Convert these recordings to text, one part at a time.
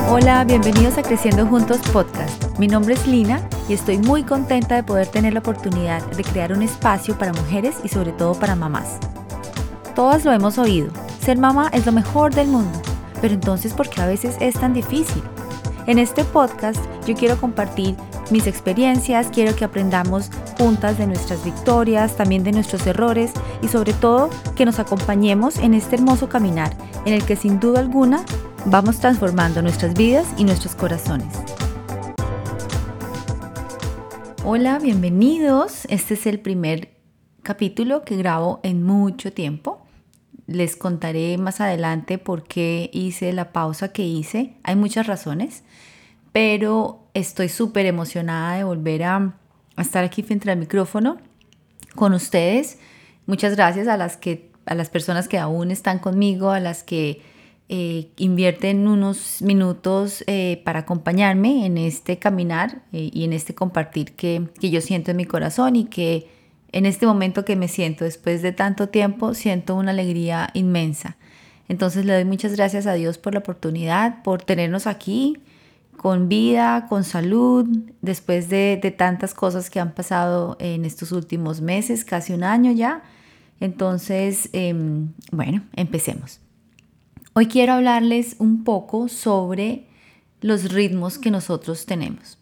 Hola, bienvenidos a Creciendo Juntos Podcast. Mi nombre es Lina y estoy muy contenta de poder tener la oportunidad de crear un espacio para mujeres y sobre todo para mamás. Todas lo hemos oído, ser mamá es lo mejor del mundo, pero entonces ¿por qué a veces es tan difícil? En este podcast yo quiero compartir mis experiencias, quiero que aprendamos juntas de nuestras victorias, también de nuestros errores y sobre todo que nos acompañemos en este hermoso caminar en el que sin duda alguna vamos transformando nuestras vidas y nuestros corazones. Hola, bienvenidos. Este es el primer capítulo que grabo en mucho tiempo. Les contaré más adelante por qué hice la pausa que hice. Hay muchas razones, pero estoy súper emocionada de volver a estar aquí frente al micrófono con ustedes. Muchas gracias a las personas que aún están conmigo, a las que invierten unos minutos para acompañarme en este caminar y en este compartir que yo siento en mi corazón y que en este momento que me siento después de tanto tiempo siento una alegría inmensa. Entonces le doy muchas gracias a Dios por la oportunidad, por tenernos aquí con vida, con salud, después de tantas cosas que han pasado en estos últimos meses, casi un año ya. Entonces, bueno, empecemos. Hoy quiero hablarles un poco sobre los ritmos que nosotros tenemos.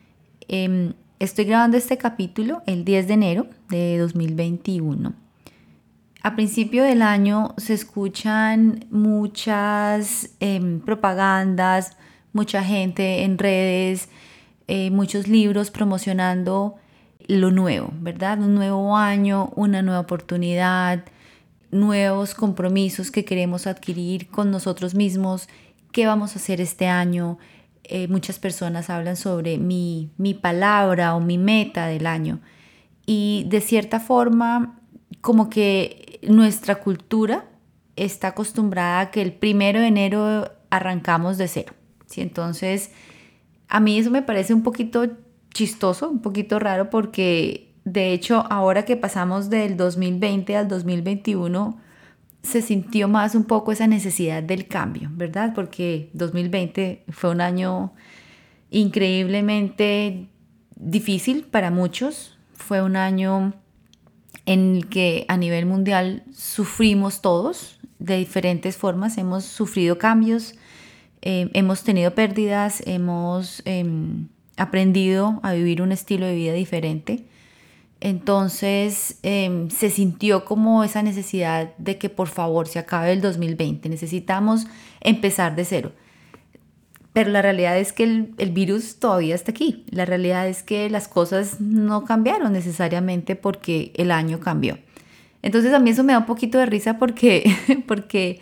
Estoy grabando este capítulo el 10 de enero de 2021. A principio del año se escuchan muchas propagandas, mucha gente en redes, muchos libros promocionando lo nuevo, ¿verdad? Un nuevo año, una nueva oportunidad, nuevos compromisos que queremos adquirir con nosotros mismos, qué vamos a hacer este año. Muchas personas hablan sobre mi palabra o mi meta del año y de cierta forma como que nuestra cultura está acostumbrada a que el 1 de enero arrancamos de cero, ¿sí? Entonces a mí eso me parece un poquito chistoso, un poquito raro porque de hecho ahora que pasamos del 2020 al 2021 se sintió más un poco esa necesidad del cambio, ¿verdad? Porque 2020 fue un año increíblemente difícil para muchos, fue un año en el que a nivel mundial sufrimos todos de diferentes formas, hemos sufrido cambios, hemos tenido pérdidas, hemos aprendido a vivir un estilo de vida diferente. Entonces se sintió como esa necesidad de que por favor se acabe el 2020, necesitamos empezar de cero. Pero la realidad es que el virus todavía está aquí. La realidad es que las cosas no cambiaron necesariamente porque el año cambió. Entonces a mí eso me da un poquito de risa porque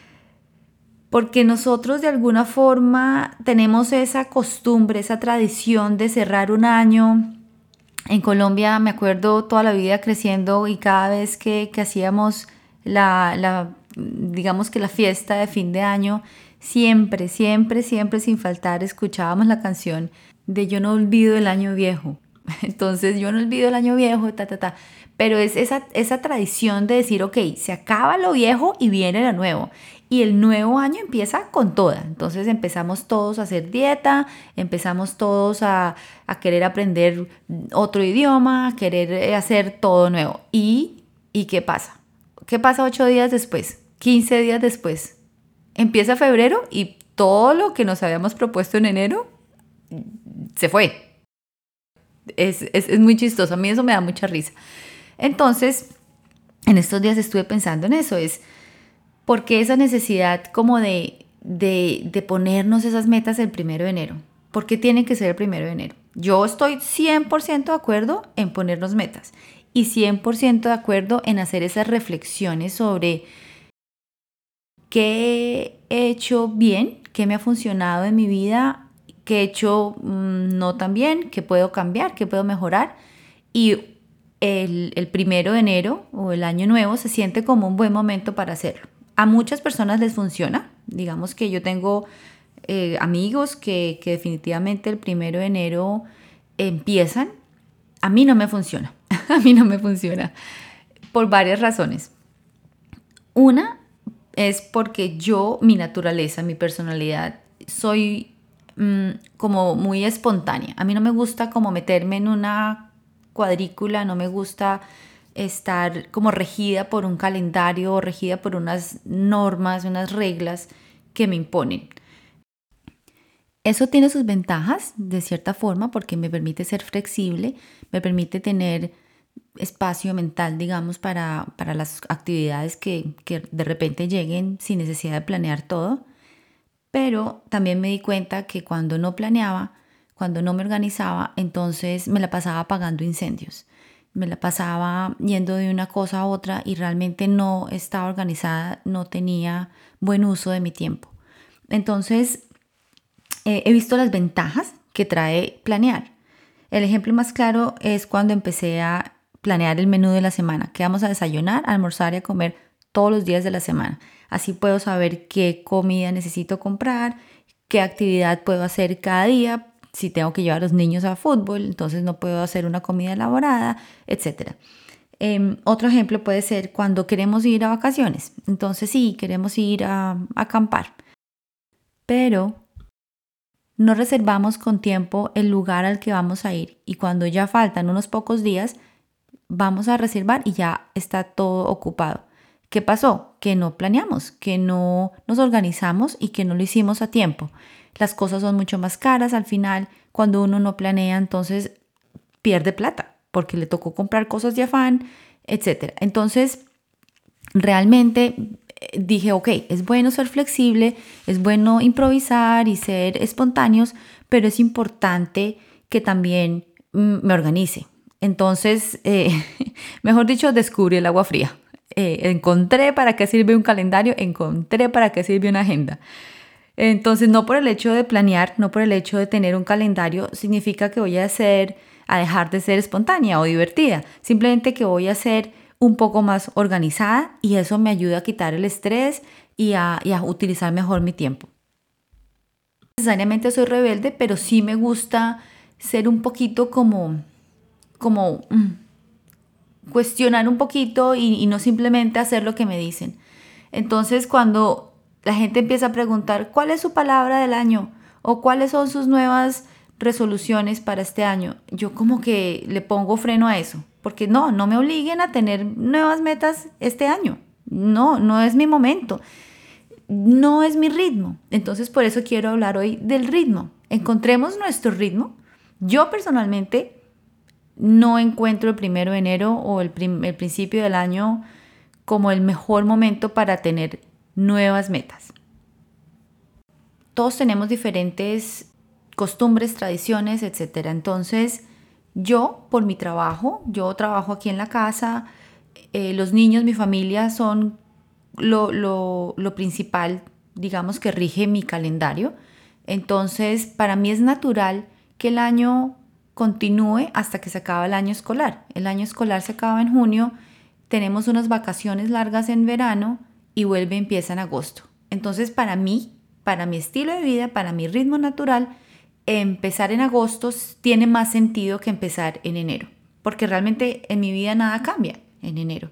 nosotros de alguna forma tenemos esa costumbre, esa tradición de cerrar un año. En Colombia me acuerdo toda la vida creciendo y cada vez que hacíamos digamos que la fiesta de fin de año, siempre sin faltar escuchábamos la canción de Yo no olvido el año viejo. Entonces yo no olvido el año viejo, pero es esa tradición de decir, ok, se acaba lo viejo y viene lo nuevo. Y el nuevo año empieza con toda. Entonces empezamos todos a hacer dieta, empezamos todos a querer aprender otro idioma, a querer hacer todo nuevo. ¿Y qué pasa? ¿Qué pasa 8 días después? 15 días después. Empieza febrero y todo lo que nos habíamos propuesto en enero se fue. Es muy chistoso. A mí eso me da mucha risa. Entonces, en estos días estuve pensando en eso. ¿Por qué esa necesidad como de ponernos esas metas el 1 de enero? ¿Por qué tiene que ser el 1 de enero? Yo estoy 100% de acuerdo en ponernos metas y 100% de acuerdo en hacer esas reflexiones sobre qué he hecho bien, qué me ha funcionado en mi vida, qué he hecho no tan bien, qué puedo cambiar, qué puedo mejorar. Y el 1 de enero o el año nuevo se siente como un buen momento para hacerlo. A muchas personas les funciona. Digamos que yo tengo amigos que definitivamente el 1 de enero empiezan. A mí no me funciona. A mí no me funciona por varias razones. Una es porque yo, mi naturaleza, mi personalidad, soy como muy espontánea. A mí no me gusta como meterme en una cuadrícula, no me gusta estar como regida por un calendario o regida por unas normas, unas reglas que me imponen. Eso tiene sus ventajas de cierta forma porque me permite ser flexible, me permite tener espacio mental, digamos, para las actividades que de repente lleguen sin necesidad de planear todo. Pero también me di cuenta que cuando no planeaba, cuando no me organizaba, entonces me la pasaba apagando incendios. Me la pasaba yendo de una cosa a otra y realmente no estaba organizada, no tenía buen uso de mi tiempo. Entonces, he visto las ventajas que trae planear. El ejemplo más claro es cuando empecé a planear el menú de la semana, qué vamos a desayunar, almorzar y a comer todos los días de la semana. Así puedo saber qué comida necesito comprar, qué actividad puedo hacer cada día. Si tengo que llevar a los niños a fútbol, entonces no puedo hacer una comida elaborada, etc. Otro ejemplo puede ser cuando queremos ir a vacaciones. Entonces sí, queremos ir a acampar, pero no reservamos con tiempo el lugar al que vamos a ir y cuando ya faltan unos pocos días, vamos a reservar y ya está todo ocupado. ¿Qué pasó? Que no planeamos, que no nos organizamos y que no lo hicimos a tiempo. Las cosas son mucho más caras al final. Cuando uno no planea, entonces pierde plata porque le tocó comprar cosas de afán, etc. Entonces, realmente dije, ok, es bueno ser flexible, es bueno improvisar y ser espontáneos, pero es importante que también me organice. Entonces, mejor dicho, descubrí el agua fría. Encontré para qué sirve un calendario, encontré para qué sirve una agenda. Entonces, no por el hecho de planear, no por el hecho de tener un calendario, significa que voy a dejar de ser espontánea o divertida. Simplemente que voy a ser un poco más organizada y eso me ayuda a quitar el estrés y a utilizar mejor mi tiempo. No necesariamente soy rebelde, pero sí me gusta ser un poquito como cuestionar un poquito y no simplemente hacer lo que me dicen. Entonces, cuando la gente empieza a preguntar cuál es su palabra del año o cuáles son sus nuevas resoluciones para este año, yo como que le pongo freno a eso, porque no me obliguen a tener nuevas metas este año. No es mi momento, no es mi ritmo. Entonces, por eso quiero hablar hoy del ritmo. Encontremos nuestro ritmo. Yo personalmente no encuentro el 1 de enero o el principio del año como el mejor momento para tener nuevas metas. Todos tenemos diferentes costumbres, tradiciones, etc. Entonces, yo, por mi trabajo, yo trabajo aquí en la casa, los niños, mi familia son lo principal, digamos, que rige mi calendario. Entonces, para mí es natural que el año continúe hasta que se acaba el año escolar. El año escolar se acaba en junio, tenemos unas vacaciones largas en verano y empieza en agosto. Entonces, para mí, para mi estilo de vida, para mi ritmo natural, empezar en agosto tiene más sentido que empezar en enero, porque realmente en mi vida nada cambia en enero.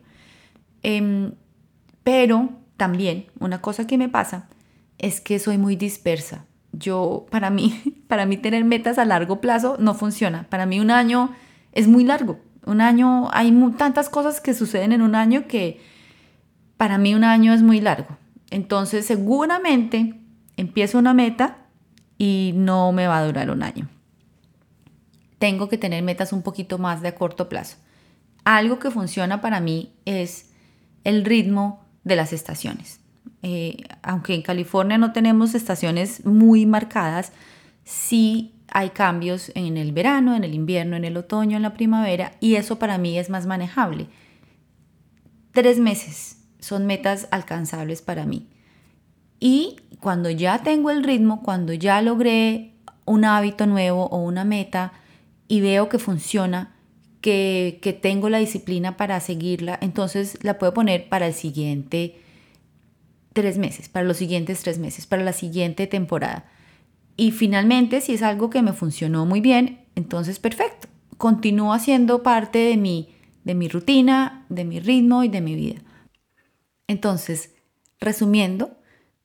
Pero también una cosa que me pasa es que soy muy dispersa. Para mí tener metas a largo plazo no funciona. Para mí un año es muy largo. Un año, hay tantas cosas que suceden en un año que para mí un año es muy largo. Entonces seguramente empiezo una meta y no me va a durar un año. Tengo que tener metas un poquito más de a corto plazo. Algo que funciona para mí es el ritmo de las estaciones. Aunque en California no tenemos estaciones muy marcadas, sí hay cambios en el verano, en el invierno, en el otoño, en la primavera, y eso para mí es más manejable. 3 meses son metas alcanzables para mí. Y cuando ya tengo el ritmo, cuando ya logré un hábito nuevo o una meta y veo que funciona, que tengo la disciplina para seguirla, entonces la puedo poner para el siguiente 3 meses, para los siguientes 3 meses, para la siguiente temporada. Y finalmente, si es algo que me funcionó muy bien, entonces perfecto. Continúa siendo parte de mi rutina, de mi ritmo y de mi vida. Entonces, resumiendo,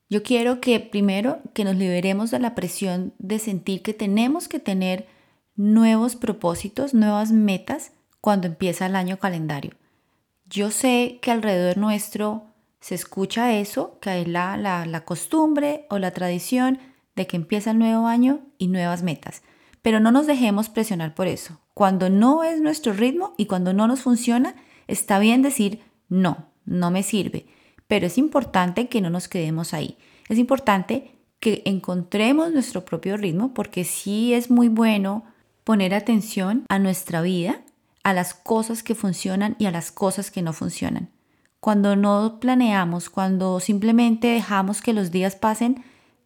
Yo quiero que primero que nos liberemos de la presión de sentir que tenemos que tener nuevos propósitos, nuevas metas cuando empieza el año calendario. Yo sé que alrededor nuestro se escucha eso, que es la costumbre o la tradición de que empieza el nuevo año y nuevas metas. Pero no nos dejemos presionar por eso. Cuando no es nuestro ritmo y cuando no nos funciona, está bien decir no me sirve. Pero es importante que no nos quedemos ahí. Es importante que encontremos nuestro propio ritmo porque sí es muy bueno poner atención a nuestra vida, a las cosas que funcionan y a las cosas que no funcionan. Cuando no planeamos, cuando simplemente dejamos que los días pasan,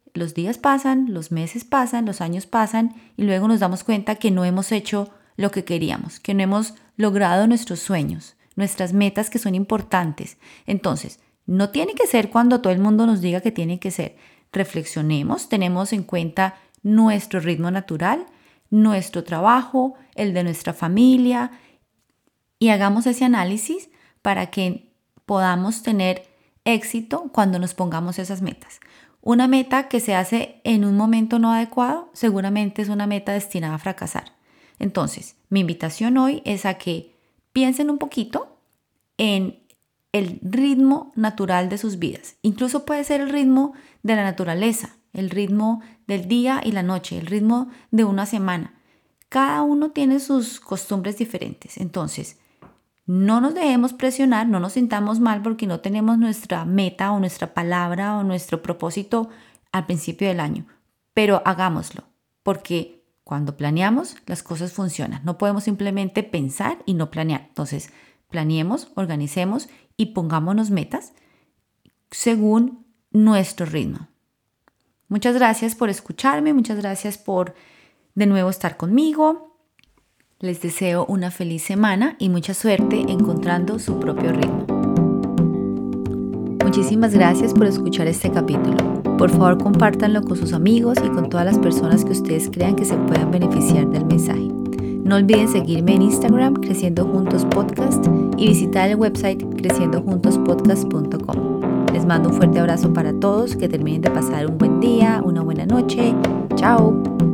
los meses pasan, los años pasan y luego nos damos cuenta que no hemos hecho lo que queríamos, que no hemos logrado nuestros sueños, nuestras metas que son importantes. Entonces, no tiene que ser cuando todo el mundo nos diga que tiene que ser. Reflexionemos, tenemos en cuenta nuestro ritmo natural, nuestro trabajo, el de nuestra familia y hagamos ese análisis para que podamos tener éxito cuando nos pongamos esas metas. Una meta que se hace en un momento no adecuado seguramente es una meta destinada a fracasar. Entonces, mi invitación hoy es a que piensen un poquito en el ritmo natural de sus vidas. Incluso puede ser el ritmo de la naturaleza, el ritmo del día y la noche, el ritmo de una semana. Cada uno tiene sus costumbres diferentes. Entonces, no nos dejemos presionar, no nos sintamos mal porque no tenemos nuestra meta o nuestra palabra o nuestro propósito al principio del año. Pero hagámoslo, porque cuando planeamos, las cosas funcionan. No podemos simplemente pensar y no planear. Entonces, planeemos, organicemos y pongámonos metas según nuestro ritmo. Muchas gracias por escucharme, muchas gracias por de nuevo estar conmigo. Les deseo una feliz semana y mucha suerte encontrando su propio ritmo. Muchísimas gracias por escuchar este capítulo. Por favor, compártanlo con sus amigos y con todas las personas que ustedes crean que se puedan beneficiar del mensaje. No olviden seguirme en Instagram, Creciendo Juntos Podcast, y visitar el website creciendojuntospodcast.com. Les mando un fuerte abrazo para todos, que terminen de pasar un buen día, una buena noche. ¡Chao!